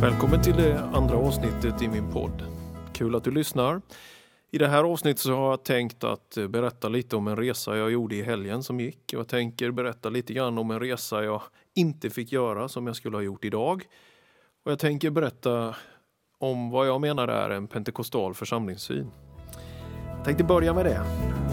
Välkommen till det andra avsnittet i min podd. Kul att du lyssnar. I det här avsnittet så har jag tänkt att berätta lite om en resa jag gjorde i helgen som gick. Jag tänker berätta lite grann om en resa jag inte fick göra som jag skulle ha gjort idag. Och jag tänker berätta om vad jag menar är en pentekostal församlingssyn. Jag tänkte börja med det.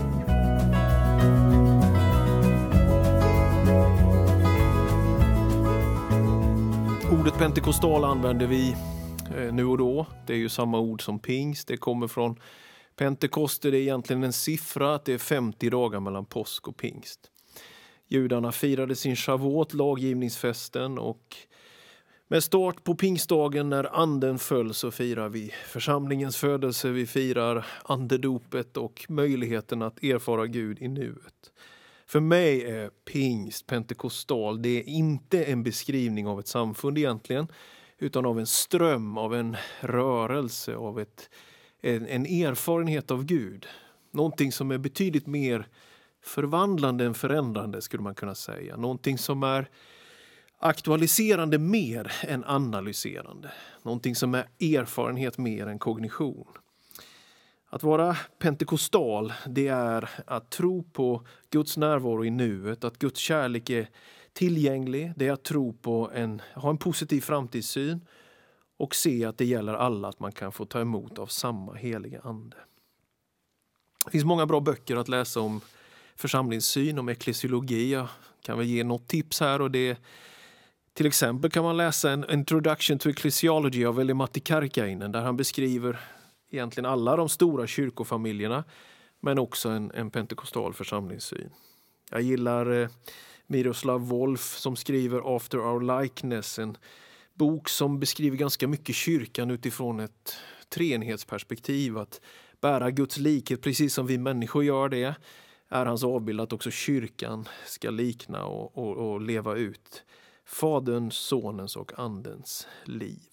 Ordet pentekostal använder vi nu och då. Det är ju samma ord som pingst. Det kommer från Pentekoste. Det är egentligen en siffra att det är 50 dagar mellan påsk och pingst. Judarna firade sin Shavuot, laggivningsfesten, och med start på pingstdagen när anden föll så firar vi församlingens födelse. Vi firar andedopet och möjligheten att erfara Gud i nuet. För mig är pingst, pentekostal, det är inte en beskrivning av ett samfund egentligen, utan av en ström, av en rörelse, av en erfarenhet av Gud. Någonting som är betydligt mer förvandlande än förändrande, skulle man kunna säga. Någonting som är aktualiserande mer än analyserande. Någonting som är erfarenhet mer än kognition. Att vara pentekostal, det är att tro på Guds närvaro i nuet, att Guds kärlek är tillgänglig. Det är att tro på ha en positiv framtidssyn och se att det gäller alla, att man kan få ta emot av samma heliga ande. Det finns många bra böcker att läsa om församlingssyn, om eklesiologi. Jag kan väl ge något tips här, och det till exempel kan man läsa en Introduction to Ecclesiology av Veli-Matti Kärkkäinen, där han beskriver egentligen alla de stora kyrkofamiljerna, men också en pentekostal församlingssyn. Jag gillar Miroslav Volf som skriver After Our Likeness, en bok som beskriver ganska mycket kyrkan utifrån ett treenighetsperspektiv. Att bära Guds likhet precis som vi människor gör det, är hans avbild att också kyrkan ska likna och leva ut Faderns, Sonens och Andens liv.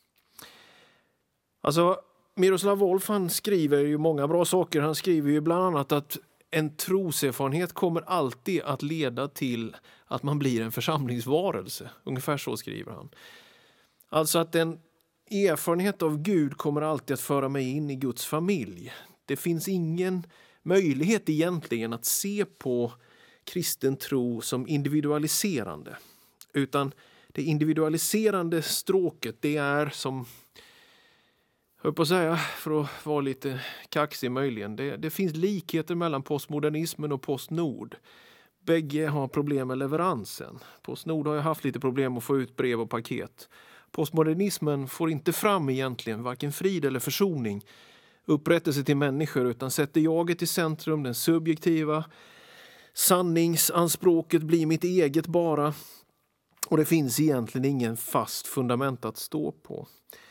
Alltså, Miroslav Volf, han skriver ju många bra saker. Han skriver ju bland annat att en troserfarenhet kommer alltid att leda till att man blir en församlingsvarelse. Ungefär så skriver han. Alltså att en erfarenhet av Gud kommer alltid att föra mig in i Guds familj. Det finns ingen möjlighet egentligen att se på kristen tro som individualiserande. Utan det individualiserande stråket, det är som, jag på att säga, för att vara lite kaxig möjligen, det finns likheter mellan postmodernismen och postnord. Bägge har problem med leveransen. Postnord har ju haft lite problem att få ut brev och paket. Postmodernismen får inte fram egentligen varken frid eller försoning, upprättelse till människor, utan sätter jaget i centrum, den subjektiva sanningsanspråket blir mitt eget bara. Och det finns egentligen ingen fast fundament att stå på.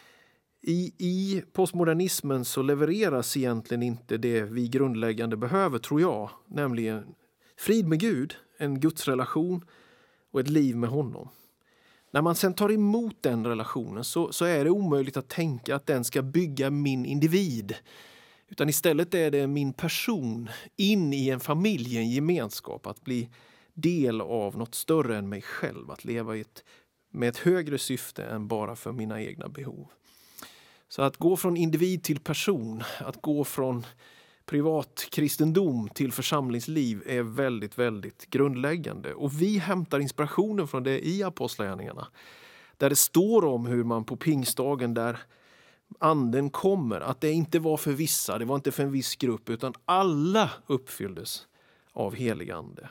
I postmodernismen så levereras egentligen inte det vi grundläggande behöver, tror jag. Nämligen frid med Gud, en gudsrelation och ett liv med honom. När man sen tar emot den relationen så är det omöjligt att tänka att den ska bygga min individ. Utan istället är det min person in i en familj, en gemenskap. Att bli del av något större än mig själv. Att leva med ett högre syfte än bara för mina egna behov. Så att gå från individ till person, att gå från privat kristendom till församlingsliv är väldigt, väldigt grundläggande. Och vi hämtar inspirationen från det i Apostlagärningarna. Där det står om hur man på pingstdagen, där anden kommer, att det inte var för vissa, det var inte för en viss grupp, utan alla uppfylldes av helig ande.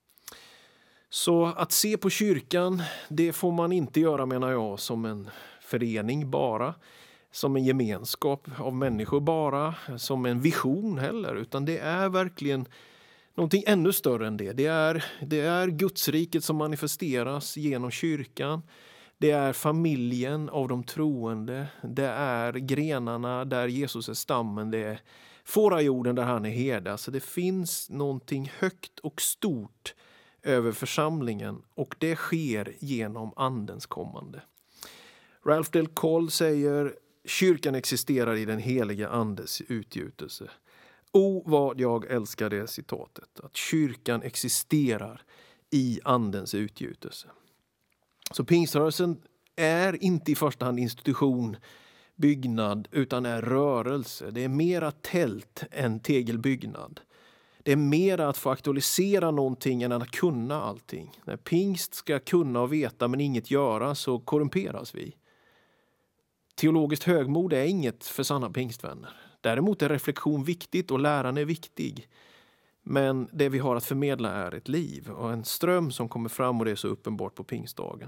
Så att se på kyrkan, det får man inte göra, menar jag, som en förening bara, som en gemenskap av människor bara, som en vision heller, utan det är verkligen någonting ännu större än det. Det är Gudsriket som manifesteras genom kyrkan. Det är familjen av de troende. Det är grenarna där Jesus är stammen. Det är fårajorden där han är herde. Alltså det finns någonting högt och stort över församlingen, och det sker genom andens kommande. Ralph Del Coll säger: kyrkan existerar i den heliga andes utgjutelse. Vad jag älskar det citatet. Att kyrkan existerar i andens utgjutelse. Så pingströrelsen är inte i första hand institution, byggnad, utan är rörelse. Det är mera tält än tegelbyggnad. Det är mera att få aktualisera någonting än att kunna allting. När pingst ska kunna och veta men inget göra, så korrumperas vi. Teologiskt högmod är inget för sanna pingstvänner. Däremot är reflektion viktigt och läran är viktig. Men det vi har att förmedla är ett liv och en ström som kommer fram, och det är så uppenbart på pingstdagen.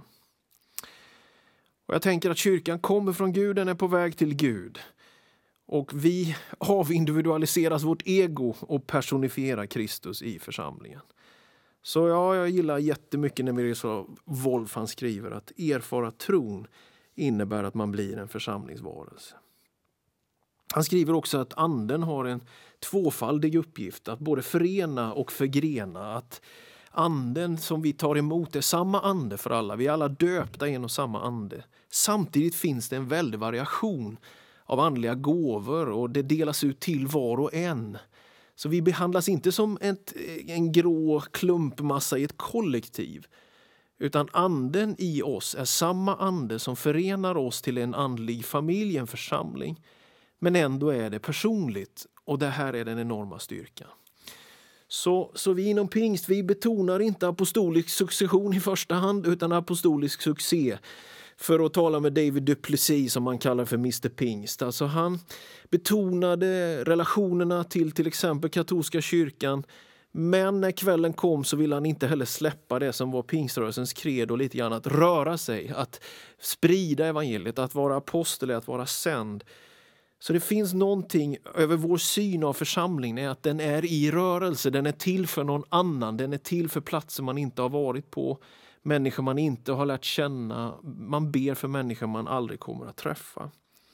Och jag tänker att kyrkan kommer från Gud, den är på väg till Gud. Och vi avindividualiseras vårt ego och personifierar Kristus i församlingen. Så jag gillar jättemycket när vi så Wolf han skriver att erfara tron innebär att man blir en församlingsvarelse. Han skriver också att anden har en tvåfaldig uppgift, att både förena och förgrena. Att anden som vi tar emot är samma ande för alla. Vi är alla döpta i en och samma ande. Samtidigt finns det en väldig variation av andliga gåvor, och det delas ut till var och en. Så vi behandlas inte som en grå klumpmassa i ett kollektiv. Utan anden i oss är samma ande som förenar oss till en andlig familj, en församling. Men ändå är det personligt, och det här är den enorma styrkan. Så vi inom pingst, vi betonar inte apostolisk succession i första hand, utan apostolisk succé. För att tala med David Duplessis, som man kallar för Mr. Pingst. Alltså han betonade relationerna till exempel katolska kyrkan. Men när kvällen kom så ville han inte heller släppa det som var pingströrelsens credo, lite grann att röra sig, att sprida evangeliet, att vara apostel, att vara sänd. Så det finns någonting över vår syn av församlingen, att den är i rörelse, den är till för någon annan, den är till för platser man inte har varit på, människor man inte har lärt känna, man ber för människor man aldrig kommer att träffa.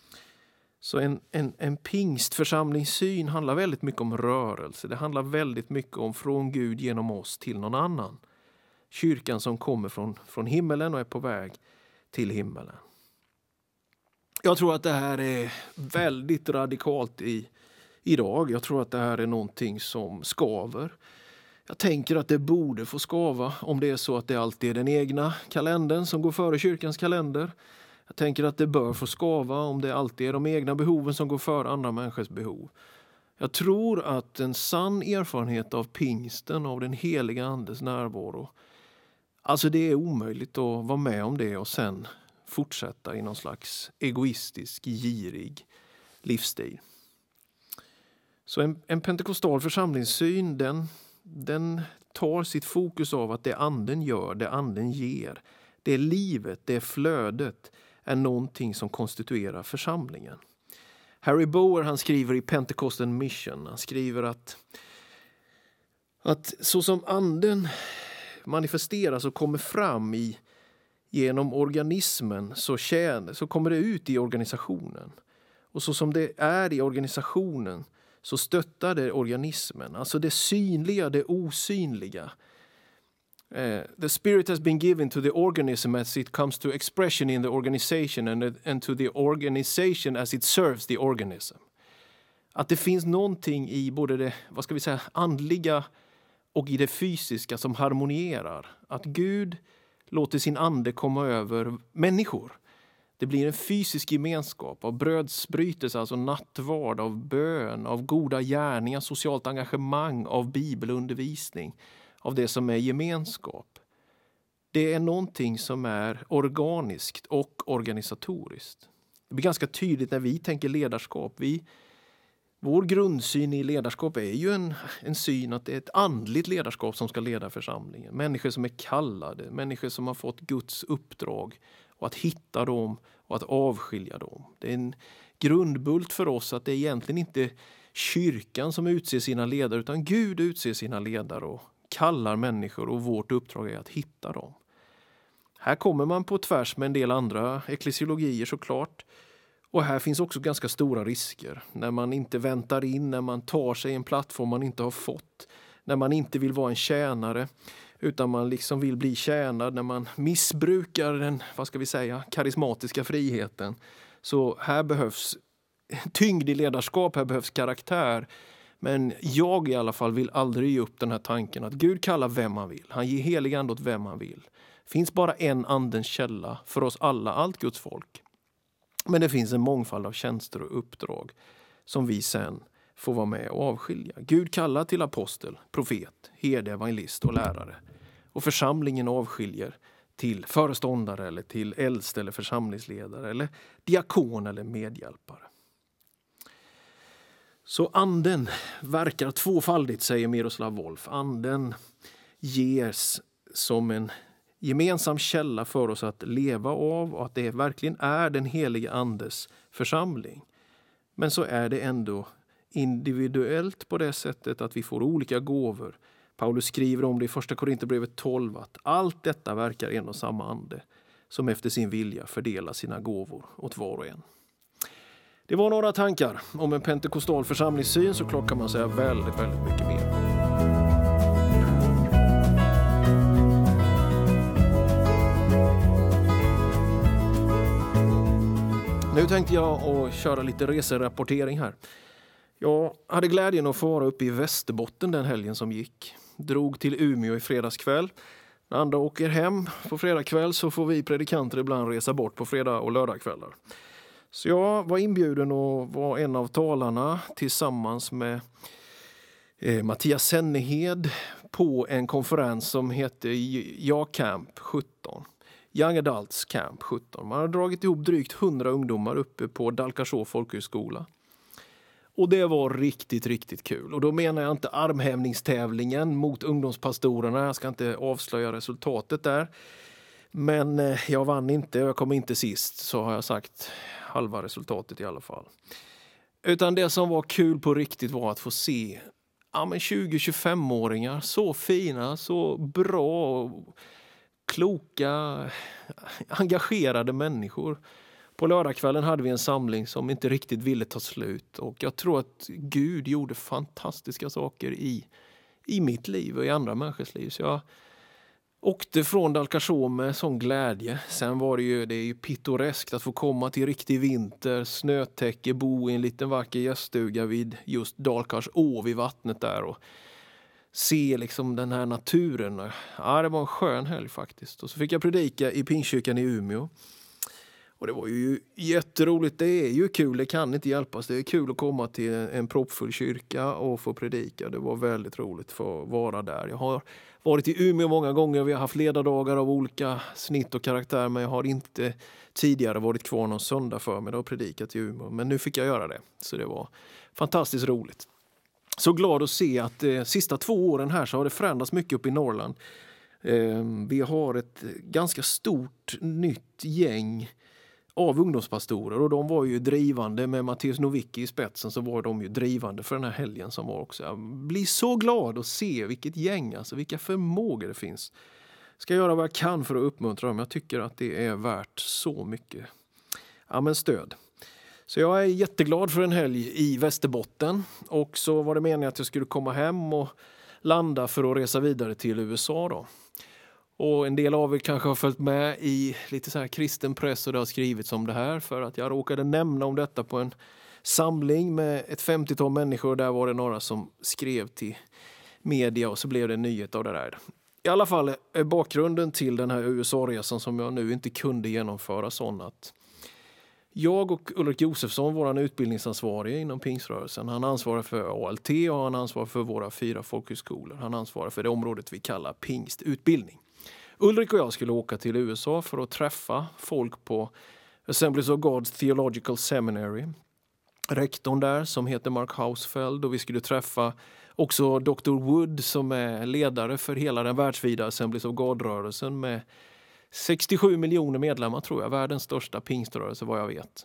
Så en pingstförsamlingssyn handlar väldigt mycket om rörelse, det handlar väldigt mycket om från Gud genom oss till någon annan. Kyrkan som kommer från himmelen och är på väg till himmelen. Jag tror att det här är väldigt radikalt idag. Jag tror att det här är någonting som skaver. Jag tänker att det borde få skava om det är så att det alltid är den egna kalendern som går före kyrkans kalender. Jag tänker att det bör få skava om det alltid är de egna behoven som går före andra människors behov. Jag tror att en sann erfarenhet av pingsten, av den heliga andes närvaro, alltså det är omöjligt att vara med om det och sen fortsätta i någon slags egoistisk, girig livsstil. Så en pentekostal församlingssyn, den tar sitt fokus av att det anden gör, det anden ger, det livet, det flödet är någonting som konstituerar församlingen. Harry Bower, han skriver i Pentecost and Mission, han skriver att så som anden manifesteras och kommer fram genom organismen, så kommer det ut i organisationen. Och så som det är i organisationen så stöttar det organismen. Alltså det synliga, det osynliga. The spirit has been given to the organism as it comes to expression in the organization and to the organization as it serves the organism. Att det finns någonting i både det, andliga och i det fysiska som harmonierar. Att Gud låter sin ande komma över människor. Det blir en fysisk gemenskap av brödsbrytelse, alltså nattvard, av bön, av goda gärningar, socialt engagemang, av bibelundervisning, av det som är gemenskap. Det är någonting som är organiskt och organisatoriskt. Det blir ganska tydligt när vi tänker ledarskap. Vår grundsyn i ledarskap är ju en syn att det är ett andligt ledarskap som ska leda församlingen. Människor som är kallade, människor som har fått Guds uppdrag, och att hitta dem och att avskilja dem. Det är en grundbult för oss att det är egentligen inte kyrkan som utser sina ledare, utan Gud utser sina ledare och kallar människor, och vårt uppdrag är att hitta dem. Här kommer man på tvärs med en del andra eklesiologier såklart. Och här finns också ganska stora risker. När man inte väntar in, när man tar sig en plattform man inte har fått. När man inte vill vara en tjänare, utan man liksom vill bli tjänad. När man missbrukar den, karismatiska friheten. Så här behövs tyngd i ledarskap, här behövs karaktär. Men jag i alla fall vill aldrig ge upp den här tanken att Gud kallar vem han vill. Han ger helig ande åt vem han vill. finns bara en andens källa för oss alla, allt Guds folk. Men det finns en mångfald av tjänster och uppdrag som vi sen får vara med och avskilja. Gud kallar till apostel, profet, herde, evangelist och lärare. Och församlingen avskiljer till föreståndare eller till äldste eller församlingsledare eller diakon eller medhjälpare. Så anden verkar tvåfaldigt, säger Miroslav Wolf. Anden ges som en gemensam källa för oss att leva av och att det verkligen är den helige andes församling. Men så är det ändå individuellt på det sättet att vi får olika gåvor. Paulus skriver om det i första Korinthierbrevet 12 att allt detta verkar en och samma ande som efter sin vilja fördelar sina gåvor åt var och en. Det var några tankar om en pentekostal församlingssyn, så klart kan man säga väldigt mycket mer. Nu tänkte jag att köra lite reserapportering här. Jag hade glädjen att få vara uppe i Västerbotten den helgen som gick. Drog till Umeå i fredagskväll. När andra åker hem på fredagkväll så får vi predikanter ibland resa bort på fredag- och lördagskvällar. Så jag var inbjuden och var en av talarna tillsammans med Mattias Sennehed på en konferens som heter Camp 17. Young Adults Camp 17. Man har dragit ihop drygt 100 ungdomar uppe på Dalkarså folkhögskola. Och det var riktigt kul. Och då menar jag inte armhävningstävlingen mot ungdomspastorerna. Jag ska inte avslöja resultatet där. Men jag vann inte, jag kom inte sist, så har jag sagt halva resultatet i alla fall. Utan det som var kul på riktigt var att få se 20-25-åringar, så fina, så bra, kloka, engagerade människor. På lördagskvällen hade vi en samling som inte riktigt ville ta slut. Och jag tror att Gud gjorde fantastiska saker i mitt liv och i andra människors liv. Så jag åkte från Dalkarså med sån glädje. Sen var det är ju pittoreskt att få komma till riktig vinter, snötäcke, bo i en liten vacker gäststuga vid just Dalkarså vid vattnet där och se liksom den här naturen. Ja, det var en skön helg faktiskt. Och så fick jag predika i Pingstkyrkan i Umeå. Och det var ju jätteroligt. Det är ju kul, det kan inte hjälpas. Det är kul att komma till en proppfull kyrka och få predika. Det var väldigt roligt för att vara där. Jag har varit i Umeå många gånger. Vi har haft ledardagar av olika snitt och karaktär. Men jag har inte tidigare varit kvar någon söndag för mig och predikat i Umeå. Men nu fick jag göra det. Så det var fantastiskt roligt. Så glad att se att de sista 2 åren här så har det förändrats mycket upp i Norrland. Vi har ett ganska stort nytt gäng av ungdomspastorer, och de var ju drivande med Matteus Nowicki i spetsen, så var de ju drivande för den här helgen som var också. Jag blir så glad att se vilket gäng, alltså vilka förmågor det finns. Ska göra vad jag kan för att uppmuntra dem. Jag tycker att det är värt så mycket stöd. Så jag är jätteglad för en helg i Västerbotten, och så var det meningen att jag skulle komma hem och landa för att resa vidare till USA då. Och en del av er kanske har följt med i lite så här kristen press och det har skrivits om det här, för att jag råkade nämna om detta på en samling med ett 50-tal människor, och där var det några som skrev till media och så blev det en nyhet av det där. I alla fall är bakgrunden till den här USA-resan som jag nu inte kunde genomföra sån att jag och Ulrik Josefsson, vår utbildningsansvarig inom Pingströrelsen, han ansvarar för ALT och han ansvarar för våra 4 folkhögskolor. Han ansvarar för det området vi kallar pingstutbildning. Ulrik och jag skulle åka till USA för att träffa folk på Assemblies of God's Theological Seminary. Rektorn där som heter Mark Hausfeld, och vi skulle träffa också Dr. Wood som är ledare för hela den världsvida Assemblies of God-rörelsen med 67 miljoner medlemmar tror jag, världens största pingströrelse vad jag vet.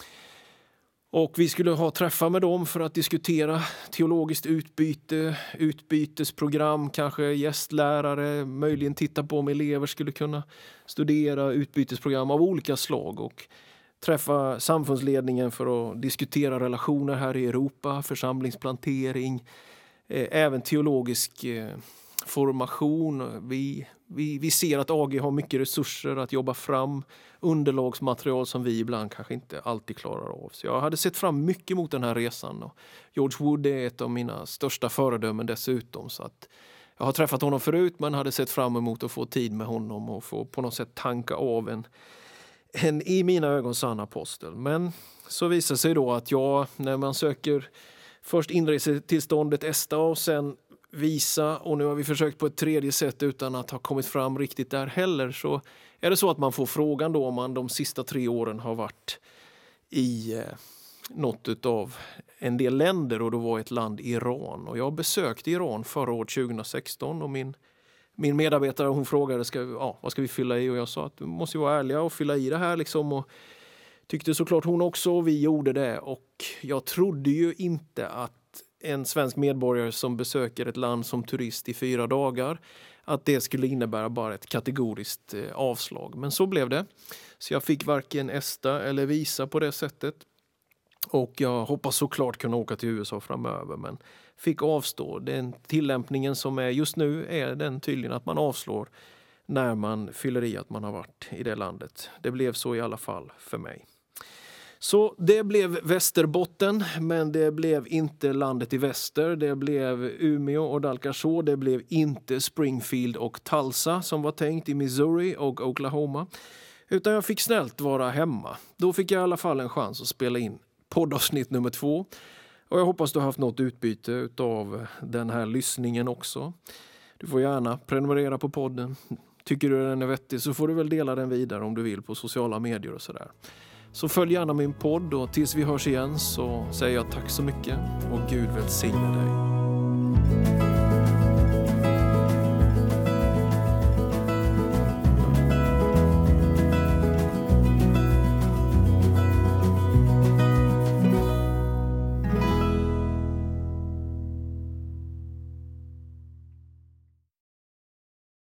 Och vi skulle ha träffar med dem för att diskutera teologiskt utbyte, utbytesprogram, kanske gästlärare, möjligen titta på om elever skulle kunna studera utbytesprogram av olika slag, och träffa samfundsledningen för att diskutera relationer här i Europa, församlingsplantering, även teologisk formation. Vi ser att AG har mycket resurser att jobba fram underlagsmaterial som vi ibland kanske inte alltid klarar av. Så jag hade sett fram mycket mot den här resan. Och George Wood är ett av mina största föredömen dessutom. Så att Jag har träffat honom förut men hade sett fram emot att få tid med honom och få på något sätt tanka av en i mina ögon sann apostel. Men så visar sig då att när man söker först inresetillståndet ESTA och sen visa, och nu har vi försökt på ett tredje sätt utan att ha kommit fram riktigt där heller, så är det så att man får frågan då om man de sista 3 åren har varit i något av en del länder, och då var ett land Iran. Och jag besökte Iran förra året 2016 och min medarbetare, hon frågade vad ska vi fylla i, och jag sa att vi måste vara ärliga och fylla i det här liksom, och tyckte såklart hon också, och vi gjorde det. Och jag trodde ju inte att en svensk medborgare som besöker ett land som turist i 4 dagar, att det skulle innebära bara ett kategoriskt avslag. Men så blev det. Så jag fick varken ESTA eller visa på det sättet. Och jag hoppas såklart kunna åka till USA framöver, men fick avstå. Den tillämpningen som är just nu är den tydligen att man avslår när man fyller i att man har varit i det landet. Det blev så i alla fall för mig. Så det blev Västerbotten, men det blev inte landet i väster. Det blev Umeå och Dalkarså. Det blev inte Springfield och Tulsa som var tänkt i Missouri och Oklahoma. Utan jag fick snällt vara hemma. Då fick jag i alla fall en chans att spela in poddavsnitt nummer 2. Och jag hoppas du har haft något utbyte av den här lyssningen också. Du får gärna prenumerera på podden. Tycker du den är vettig så får du väl dela den vidare om du vill på sociala medier och sådär. Så följ gärna min podd, och tills vi hörs igen så säger jag tack så mycket och Gud välsigne dig.